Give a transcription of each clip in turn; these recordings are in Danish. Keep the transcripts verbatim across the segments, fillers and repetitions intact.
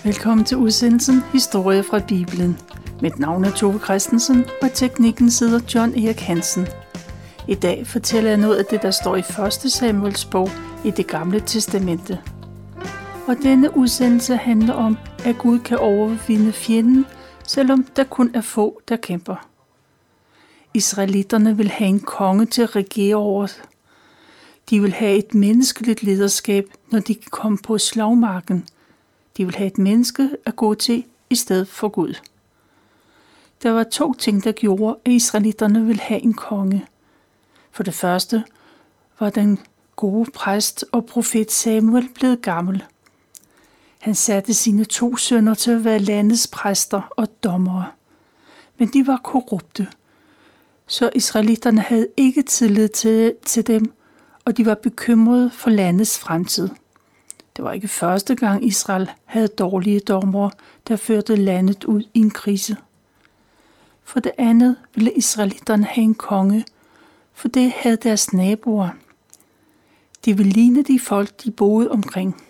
Velkommen til udsendelsen Historie fra Bibelen. Mit navn er Tove Christensen, og i teknikken sidder John Erik Hansen. I dag fortæller jeg noget af det, der står i første Samuels bog i Det Gamle Testamente. Og denne udsendelse handler om, at Gud kan overvinde fjenden, selvom der kun er få, der kæmper. Israelitterne vil have en konge til at regere over. De vil have et menneskeligt lederskab, når de kommer på slagmarken. De vil have et menneske at gå til i stedet for Gud. Der var to ting, der gjorde, at israelitterne ville have en konge. For det første var den gode præst og profet Samuel blevet gammel. Han satte sine to sønner til at være landets præster og dommere. Men de var korrupte, så israelitterne havde ikke tillid til, til dem, og de var bekymrede for landets fremtid. Det var ikke første gang Israel havde dårlige dommere, der førte landet ud i en krise. For det andet ville israelitterne have en konge, for det havde deres naboer. De ville ligne de folk, de boede omkring.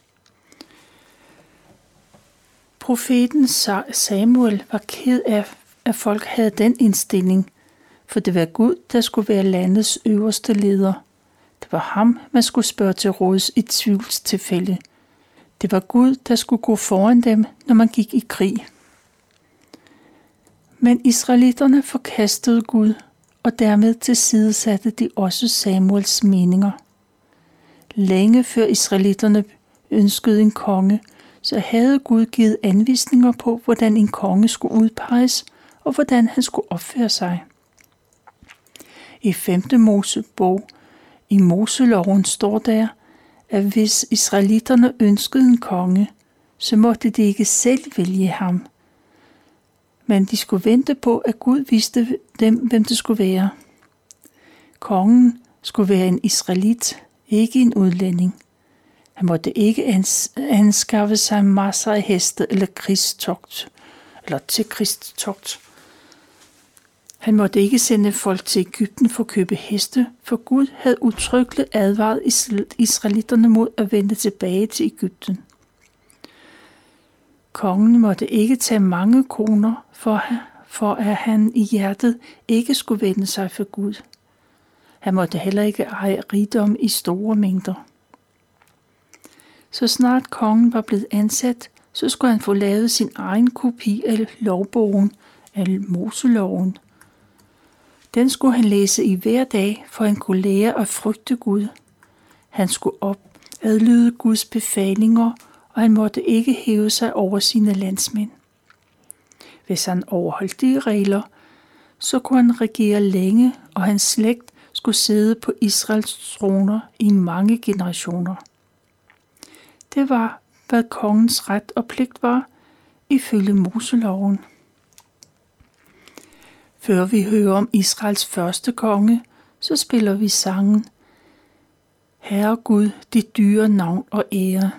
Profeten Samuel var ked af, at folk havde den indstilling, for det var Gud, der skulle være landets øverste leder. Det var ham, man skulle spørge til råds i tvivlstilfælde. Det var Gud, der skulle gå foran dem, når man gik i krig. Men israelitterne forkastede Gud, og dermed tilsidesatte de også Samuels meninger. Længe før israelitterne ønskede en konge, så havde Gud givet anvisninger på, hvordan en konge skulle udpeges, og hvordan han skulle opføre sig. I femte Mosebog i Moseloven står der, at hvis israelitterne ønskede en konge, så måtte de ikke selv vælge ham. Men de skulle vente på, at Gud vidste dem, hvem det skulle være. Kongen skulle være en israelit, ikke en udlænding. Han måtte ikke anskaffe sig masser af heste eller krigstogt, eller til krigstogt. Han måtte ikke sende folk til Egypten for at købe heste, for Gud havde udtrykkeligt advaret israelitterne mod at vende tilbage til Egypten. Kongen måtte ikke tage mange koner, for, for at han i hjertet ikke skulle vende sig for Gud. Han måtte heller ikke eje rigdom i store mængder. Så snart kongen var blevet ansat, så skulle han få lavet sin egen kopi af lovbogen, af Moseloven. Den skulle han læse i hver dag, for han kunne lære at frygte Gud. Han skulle op adlyde Guds befalinger, og han måtte ikke hæve sig over sine landsmænd. Hvis han overholdt de regler, så kunne han regere længe, og hans slægt skulle sidde på Israels troner i mange generationer. Det var, hvad kongens ret og pligt var, ifølge Moseloven. Før vi hører om Israels første konge, så spiller vi sangen Herre Gud, dit dyre navn og ære.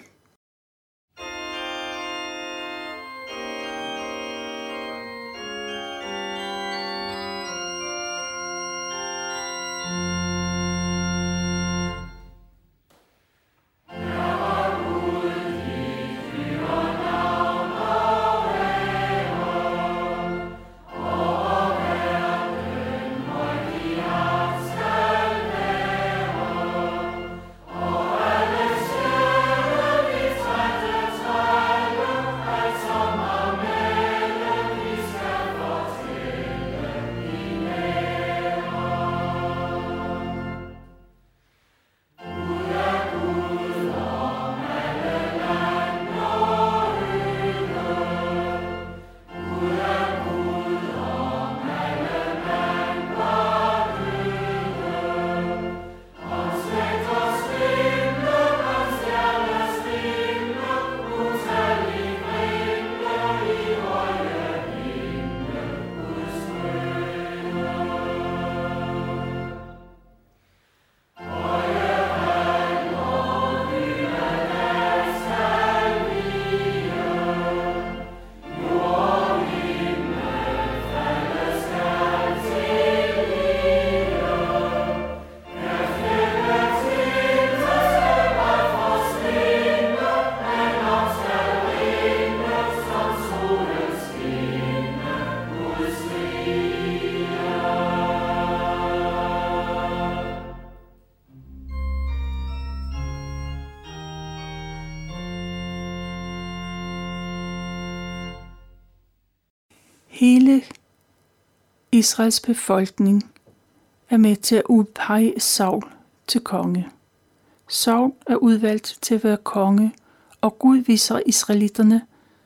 Hele Israels befolkning er med til at udpege Saul til konge. Saul er udvalgt til at være konge, og Gud viser israelitterne,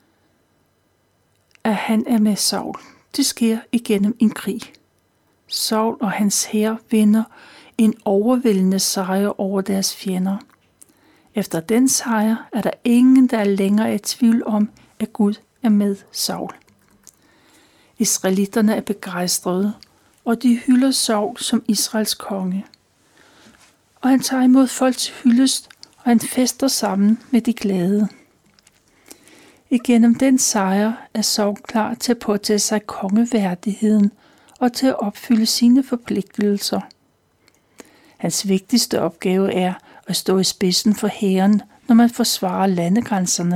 at han er med Saul. Det sker igennem en krig. Saul og hans hær vinder en overvældende sejr over deres fjender. Efter den sejr er der ingen, der længere er i tvivl om, at Gud er med Saul. Israelitterne er begejstrede, og de hylder Saul som Israels konge. Og han tager imod folks hyldest, og han fester sammen med de glade. Igennem den sejr er Saul klar til at påtage sig kongeværdigheden og til at opfylde sine forpligtelser. Hans vigtigste opgave er at stå i spidsen for hæren, når man forsvarer landegrænserne.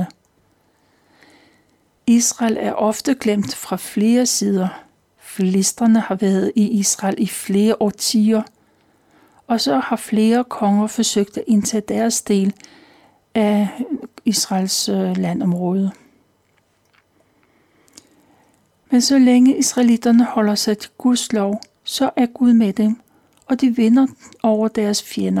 Israel er ofte glemt fra flere sider. Filistrene har været i Israel i flere årtier, og så har flere konger forsøgt at indtage deres del af Israels landområde. Men så længe israelitterne holder sig til Guds lov, så er Gud med dem, og de vinder over deres fjender.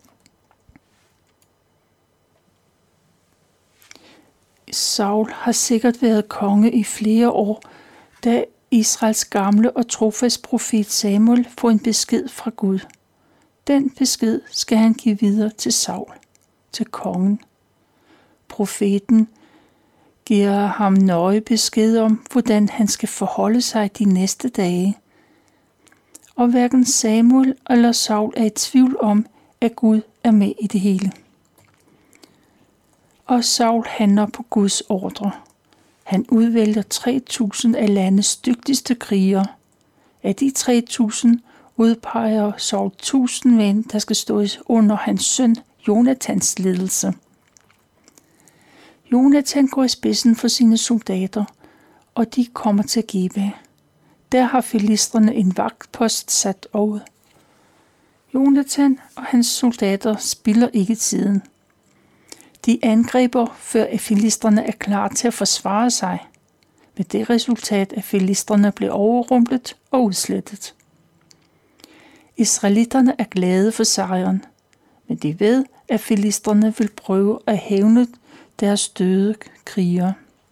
Saul har sikkert været konge i flere år, da Israels gamle og trofast profet Samuel får en besked fra Gud. Den besked skal han give videre til Saul, til kongen. Profeten giver ham nøje besked om, hvordan han skal forholde sig de næste dage. Og hverken Samuel eller Saul er i tvivl om, at Gud er med i det hele. Og Saul handler på Guds ordre. Han udvælger tre tusind af landets dygtigste krigere. Af de tre tusind udpeger Saul tusind mænd, der skal stå under hans søn Jonathans ledelse. Jonathan går i spidsen for sine soldater, og de kommer til Geba. Der har filistrene en vagtpost sat over. Jonathan og hans soldater spilder ikke tiden. De angriber, før filistrene er klar til at forsvare sig. Med det resultat, at filistrene blev overrumplet og udslettet. Israelitterne er glade for sejren, men de ved, at filistrene vil prøve at hævne deres døde krigere.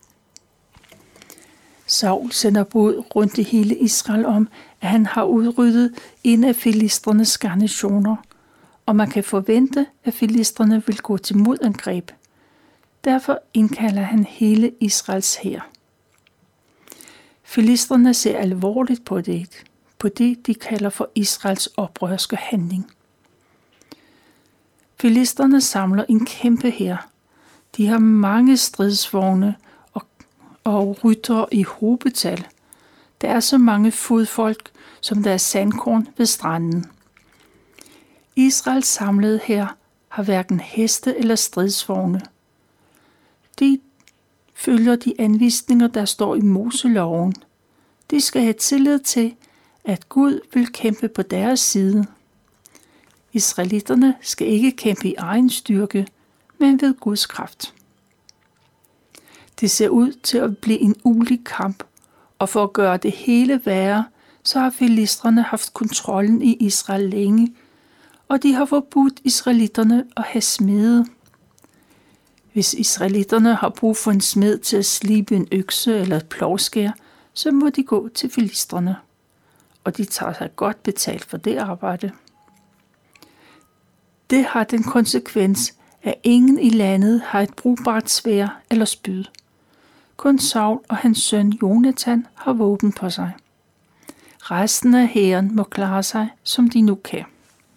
Saul sender bud rundt i hele Israel om, at han har udryddet en af filistrenes garnisoner, og man kan forvente, at filistrene vil gå til modangreb. Derfor indkalder han hele Israels hær. Filistrene ser alvorligt på det, på det de kalder for Israels oprørske handling. Filistrene samler en kæmpe hær. De har mange stridsvogne og, og ryttere i hobetal. Der er så mange fodfolk, som der er sandkorn ved stranden. Israels samlede hær har hverken heste eller stridsvogne. De følger de anvisninger, der står i Moseloven. De skal have tillid til, at Gud vil kæmpe på deres side. Israelitterne skal ikke kæmpe i egen styrke, men ved Guds kraft. Det ser ud til at blive en ulig kamp, og for at gøre det hele værre, så har filistrene haft kontrollen i Israel længe, og de har forbudt israelitterne at have smede. Hvis israelitterne har brug for en smed til at slibe en økse eller et plovskær, så må de gå til filistrene, og de tager sig godt betalt for det arbejde. Det har den konsekvens, at ingen i landet har et brugbart sværd eller spyd. Kun Saul og hans søn Jonathan har våben på sig. Resten af hæren må klare sig, som de nu kan.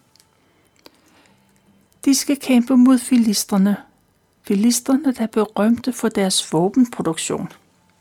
De skal kæmpe mod filistrene. Filistrene, der er berømte for deres våbenproduktion.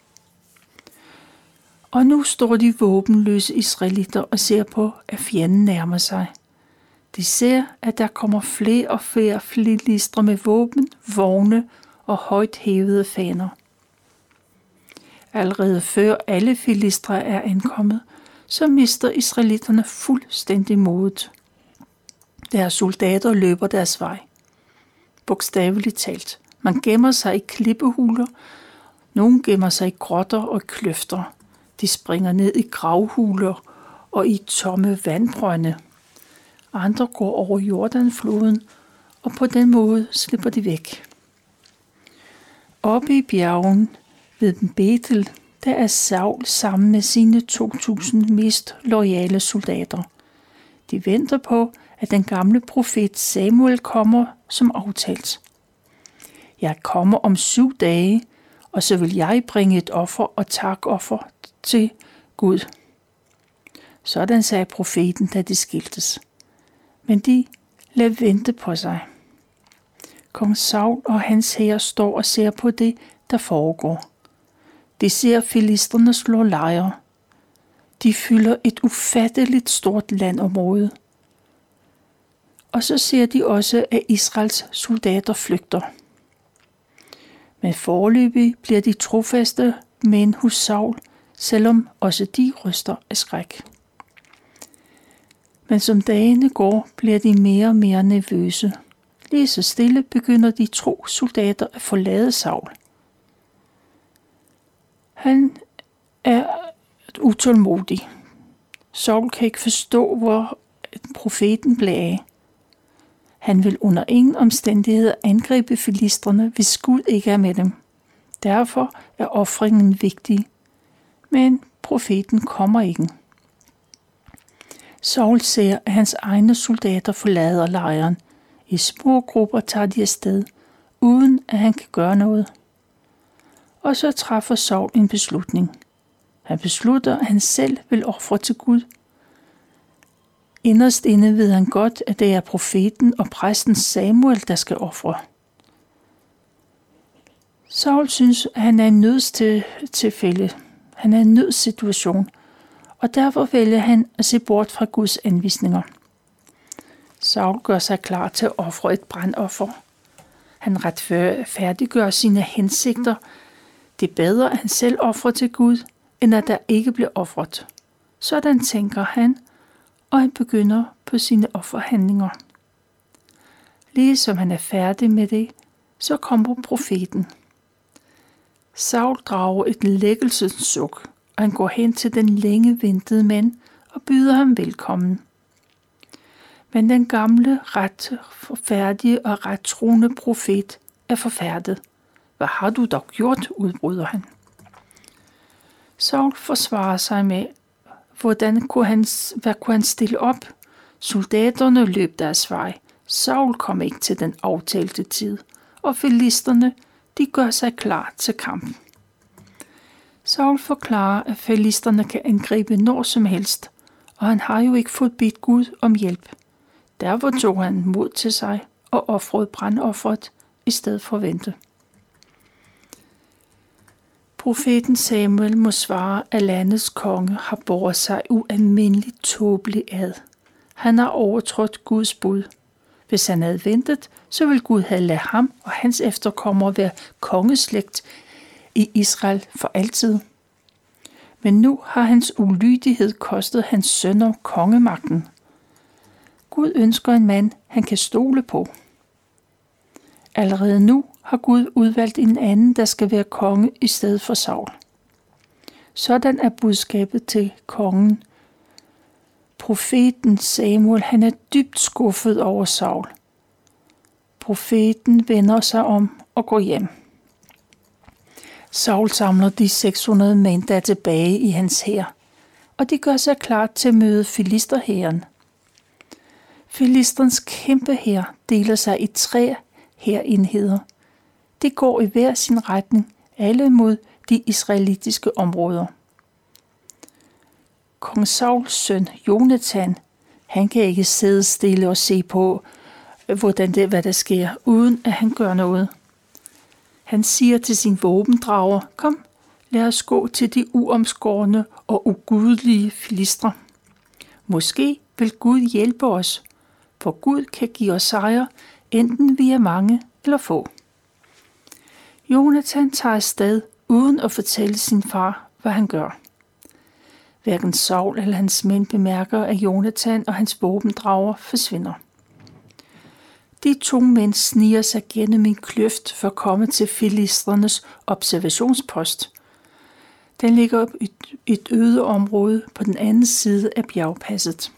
Og nu står de våbenløse israelitter og ser på, at fjenden nærmer sig. De ser, at der kommer flere og flere filistre med våben, vogne og højt hævede faner. Allerede før alle filistre er ankommet, så mister israelitterne fuldstændig modet. Deres soldater løber deres vej. Bogstaveligt talt. Man gemmer sig i klippehuler, nogen gemmer sig i grotter og kløfter. De springer ned i gravhuler og i tomme vandbrønde. Andre går over Jordanfloden, og på den måde slipper de væk. Oppe i bjergen ved Betel, der er Saul sammen med sine to tusind mest loyale soldater. De venter på, at den gamle profet Samuel kommer som aftalt. Jeg kommer om syv dage, og så vil jeg bringe et offer og takoffer til Gud. Sådan sagde profeten, da de skiltes. Men de lader vente på sig. Kong Saul og hans hær står og ser på det, der foregår. De ser filisterne slå lejre. De fylder et ufatteligt stort landområde. Og så ser de også, at Israels soldater flygter. Men foreløbig bliver de trofaste mænd hos Saul, selvom også de ryster af skræk. Men som dagene går, bliver de mere og mere nervøse. Lige så stille begynder de tro soldater at forlade Saul. Han er utålmodig. Saul kan ikke forstå, hvor profeten blev af. Han vil under ingen omstændigheder angribe filistrene, hvis Gud ikke er med dem. Derfor er ofringen vigtig. Men profeten kommer ikke. Saul ser, at hans egne soldater forlader lejren. I små grupper tager de afsted, uden at han kan gøre noget. Og så træffer Saul en beslutning. Han beslutter, at han selv vil ofre til Gud. Inderst inde ved han godt, at det er profeten og præsten Samuel, der skal ofre. Saul synes, at han er en nødstilfælde. Han er en nødssituation, og derfor vælger han at se bort fra Guds anvisninger. Saul gør sig klar til at ofre et brandoffer. Han retfærdiggør sine hensigter. Det er bedre, at han selv ofrer til Gud, end at der ikke bliver ofret. Sådan tænker han, og han begynder på sine offerhandlinger. Lige som han er færdig med det, så kommer profeten. Saul drager et lækkelsessuk, og han går hen til den længe ventede mand og byder ham velkommen. Men den gamle, ret forfærdige og ret troende profet er forfærdet. Hvad har du dog gjort, udbryder han. Saul forsvarer sig med, hvordan kunne han, hvad kunne han stille op? Soldaterne løb deres vej. Saul kom ikke til den aftalte tid, og filisterne, de gør sig klar til kamp. Saul forklarer, at filisterne kan angribe når som helst, og han har jo ikke fået bedt Gud om hjælp. Derfor tog han mod til sig og ofrede brandofferet i stedet for at vente. Profeten Samuel må svare, at landets konge har båret sig ualmindeligt tåbeligt ad. Han har overtrådt Guds bud. Hvis han havde ventet, så ville Gud have ladet ham og hans efterkommere være kongeslægt i Israel for altid. Men nu har hans ulydighed kostet hans sønner kongemagten. Gud ønsker en mand, han kan stole på. Allerede nu har Gud udvalgt en anden, der skal være konge i stedet for Saul. Sådan er budskabet til kongen. Profeten Samuel, han er dybt skuffet over Saul. Profeten vender sig om og går hjem. Saul samler de seks hundrede mænd, der er tilbage i hans hær, og de gør sig klar til at møde filisterhæren. Filisternes kæmpe hær deler sig i tre hærenheder. De går i hver sin retning, alle mod de israelitiske områder. Kong Sauls søn, Jonathan, han kan ikke sidde stille og se på, hvordan det, hvad der sker, uden at han gør noget. Han siger til sin våbendrager, kom, lad os gå til de uomskårne og ugudelige filistre. Måske vil Gud hjælpe os, for Gud kan give os sejr, enten vi er mange eller få. Jonathan tager afsted uden at fortælle sin far, hvad han gør. Hverken Saul eller hans mænd bemærker, at Jonathan og hans våbendrager forsvinder. De to mænd sniger sig gennem en kløft for at komme til filistrenes observationspost. Den ligger i et øde område på den anden side af bjergpasset.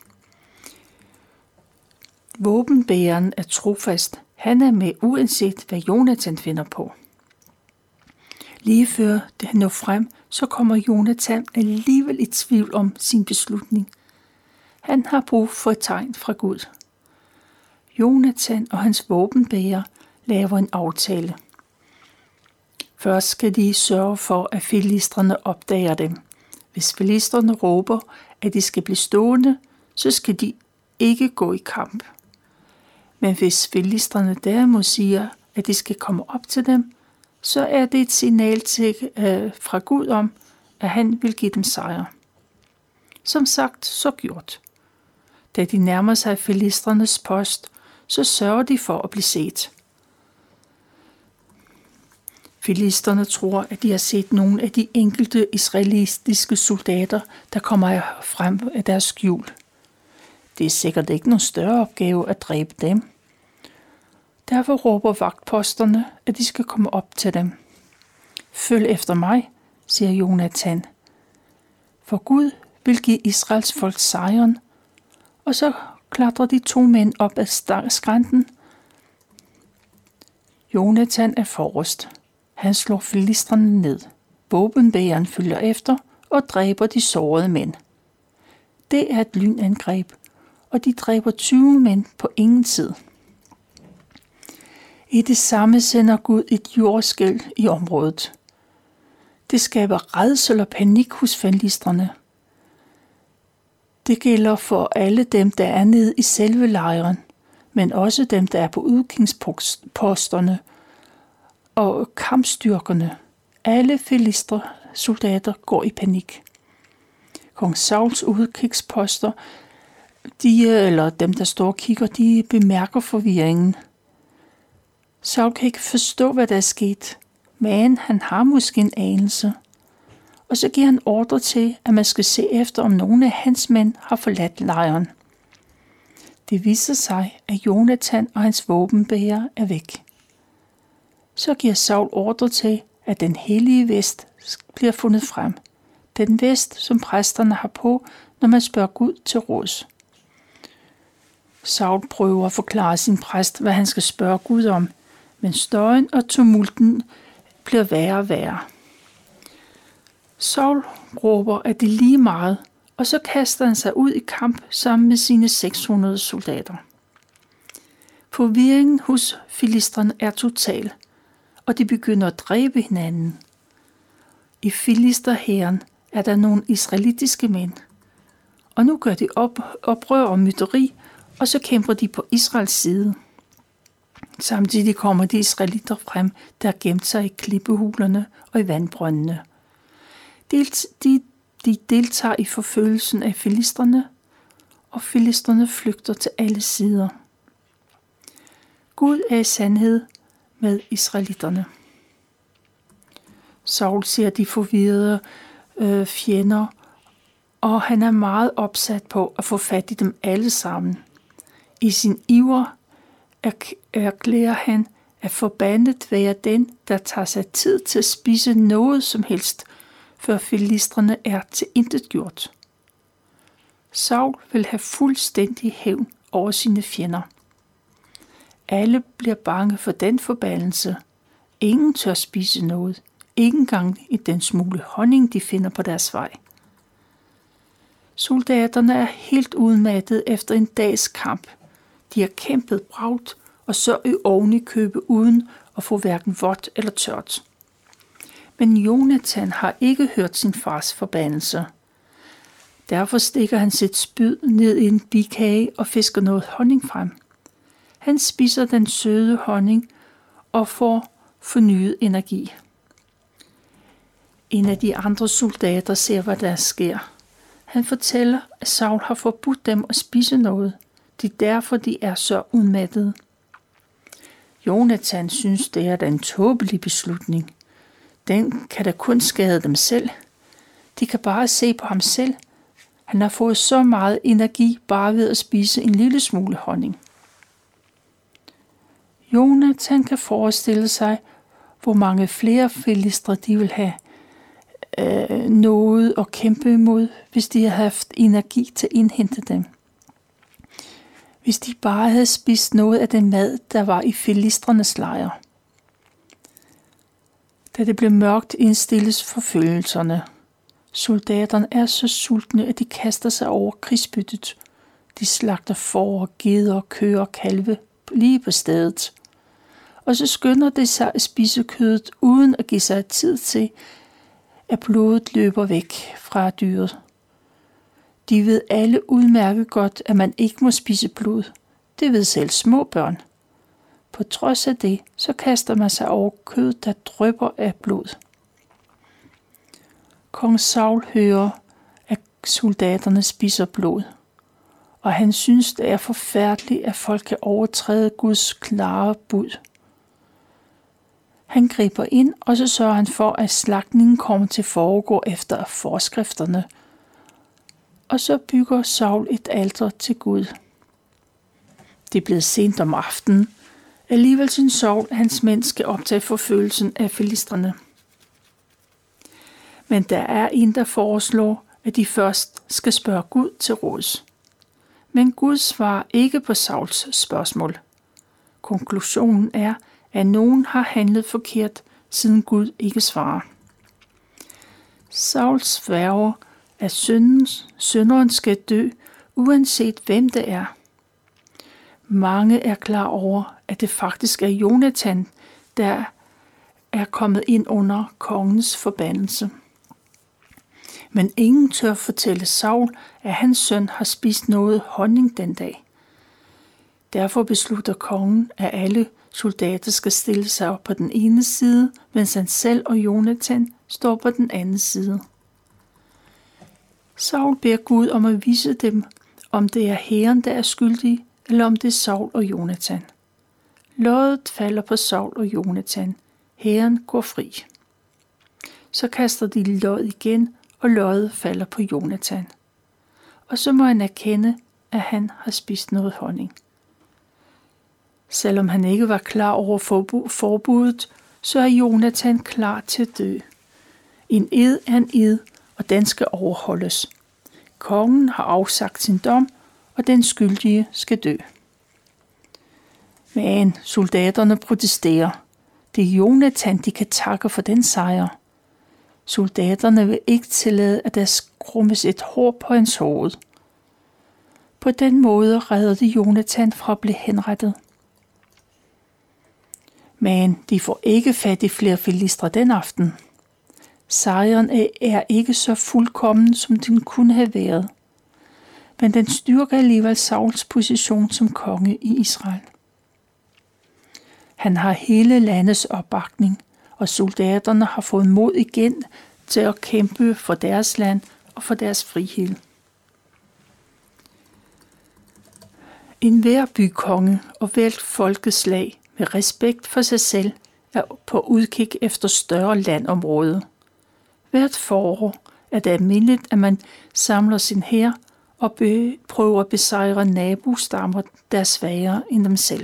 Våbenbæreren er trofast. Han er med uanset hvad Jonatan finder på. Lige før det når frem, så kommer Jonatan alligevel i tvivl om sin beslutning. Han har brug for et tegn fra Gud. Jonatan og hans våbenbærer laver en aftale. Først skal de sørge for, at filistrene opdager dem. Hvis filistrene råber, at de skal blive stående, så skal de ikke gå i kamp. Men hvis filistrene derimod siger, at de skal komme op til dem, så er det et signal til, øh, fra Gud om, at han vil give dem sejr. Som sagt, så gjort. Da de nærmer sig filistrenes post, så sørger de for at blive set. Filisterne tror, at de har set nogle af de enkelte israelitiske soldater, der kommer frem af deres skjul. Det er sikkert ikke nogen større opgave at dræbe dem. Derfor råber vagtposterne, at de skal komme op til dem. Følg efter mig, siger Jonatan. For Gud vil give Israels folk sejren. Og så klatrer de to mænd op ad skrænten. Jonatan er forrest. Han slår filistrene ned. Våbenbæreren følger efter og dræber de sårede mænd. Det er et lynangreb, og de dræber tyve mænd på ingen tid. I det samme sender Gud et jordskælv i området. Det skaber rædsel og panik hos filistrene. Det gælder for alle dem, der er nede i selve lejren, men også dem, der er på udkigsposterne og kampstyrkerne. Alle filistre soldater går i panik. Kong Sauls udkigsposter, de, eller dem, der står og kigger, de bemærker forvirringen. Saul kan ikke forstå, hvad der er sket, men han har måske en anelse. Og så giver han ordre til, at man skal se efter, om nogle af hans mænd har forladt lejren. Det viser sig, at Jonatan og hans våbenbærer er væk. Så giver Saul ordre til, at den hellige vest bliver fundet frem. Den vest, som præsterne har på, når man spørger Gud til råds. Saul prøver at forklare sin præst, hvad han skal spørge Gud om, men støjen og tumulten bliver værre og værre. Saul råber, at det er lige meget, og så kaster han sig ud i kamp sammen med sine seks hundrede soldater. Forvirringen hos filistrene er total, og de begynder at dræbe hinanden. I filisterhæren er der nogle israelitiske mænd, og nu gør de op, oprør og mytteri, og så kæmper de på Israels side. Samtidig kommer de israelitter frem, der har gemt sig i klippehulerne og i vandbrøndene. De, de, de deltager i forfølgelsen af filistrene, og filistrene flygter til alle sider. Gud er i sandhed med israelitterne. Saul ser de forvirrede øh, fjender, og han er meget opsat på at få fat i dem alle sammen. I sin iver erklærer han, at forbandet være den, der tager sig tid til at spise noget som helst, før filistrene er tilintetgjort. Saul vil have fuldstændig hævn over sine fjender. Alle bliver bange for den forbandelse. Ingen tør spise noget, ikke engang i den smule honning, de finder på deres vej. Soldaterne er helt udmattet efter en dags kamp. De har kæmpet bravt, og så i oven i købe uden at få hverken vådt eller tørt. Men Jonatan har ikke hørt sin fars forbandelse. Derfor stikker han sit spyd ned i en bikage og fisker noget honning frem. Han spiser den søde honning og får fornyet energi. En af de andre soldater ser, hvad der sker. Han fortæller, at Saul har forbudt dem at spise noget. Det er derfor, de er så udmattede. Jonatan synes, det er en tåbelig beslutning. Den kan da kun skade dem selv. De kan bare se på ham selv. Han har fået så meget energi bare ved at spise en lille smule honning. Jonatan kan forestille sig, hvor mange flere filistre de vil have øh, noget at kæmpe imod, hvis de havde haft energi til at indhente dem. Hvis de bare havde spist noget af den mad, der var i filistrenes lejr. Da det blev mørkt, indstilles forfølgelserne. Soldaterne er så sultne, at de kaster sig over krigsbyttet. De slagter får, geder, køer og kalve lige på stedet. Og så skynder de sig at spise kødet, uden at give sig tid til, at blodet løber væk fra dyret. De ved alle udmærket godt, at man ikke må spise blod. Det ved selv små børn. På trods af det, så kaster man sig over kød, der drypper af blod. Kong Saul hører, at soldaterne spiser blod, og han synes, det er forfærdeligt, at folk kan overtræde Guds klare bud. Han griber ind, og så sørger han for, at slagtningen kommer til at foregå efter forskrifterne. Og så bygger Saul et alter til Gud. Det er blevet sent om aftenen. Alligevel synes Saul, at hans mænd skal optage forfølgelsen af filistrene. Men der er en, der foreslår, at de først skal spørge Gud til råds. Men Gud svarer ikke på Sauls spørgsmål. Konklusionen er, at nogen har handlet forkert, siden Gud ikke svarer. Saul sværger, at synderen skal dø, uanset hvem det er. Mange er klar over, at det faktisk er Jonathan, der er kommet ind under kongens forbandelse. Men ingen tør fortælle Saul, at hans søn har spist noget honning den dag. Derfor beslutter kongen, at alle soldater skal stille sig op på den ene side, mens han selv og Jonathan står på den anden side. Saul beder Gud om at vise dem, om det er hæren, der er skyldig, eller om det er Saul og Jonathan. Loddet falder på Saul og Jonathan. Hæren går fri. Så kaster de lod igen, og loddet falder på Jonathan. Og så må han erkende, at han har spist noget honning. Selvom han ikke var klar over forbuddet, så er Jonathan klar til at dø. En ed er en ed, og den skal overholdes. Kongen har afsagt sin dom, og den skyldige skal dø. Men soldaterne protesterer. Det er Jonathan, de kan takke for den sejr. Soldaterne vil ikke tillade, at der skrummes et hår på hans hoved. På den måde redder de Jonathan fra at blive henrettet. Men de får ikke fat i flere filistre den aften. Sejren er ikke så fuldkommen, som den kunne have været. Men den styrker alligevel Sauls position som konge i Israel. Han har hele landets opbakning, og soldaterne har fået mod igen til at kæmpe for deres land og for deres frihed. En hver bykonge og hvert folkeslag med respekt for sig selv er på udkig efter større landområde. Hvert forår er det almindeligt, at man samler sin hær og be- prøver at besejre nabostammer, der er svagere end dem selv.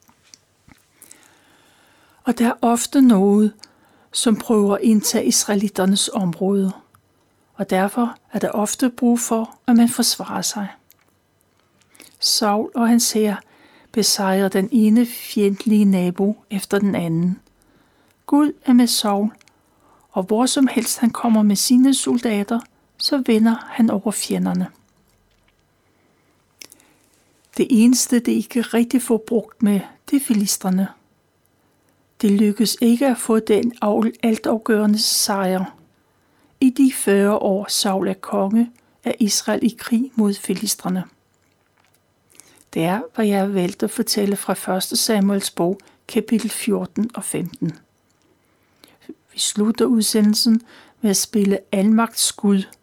Og der er ofte noget, som prøver at indtage israeliternes område, og derfor er der ofte brug for, at man forsvarer sig. Saul og hans hær besejrer den ene fjendtlige nabo efter den anden. Gud er med Saul, og hvor som helst han kommer med sine soldater, så vinder han over fjenderne. Det eneste, det ikke rigtig får brugt med, det er filistrene. Det lykkes ikke at få den altafgørende sejr. I de fyrre år Saul er konge, er Israel i krig mod filistrene. Det er, hvad jeg har valgt at fortælle fra første Samuels bog, kapitel fjorten og femten. Vi slutter udsendelsen med at spille Almagts Gud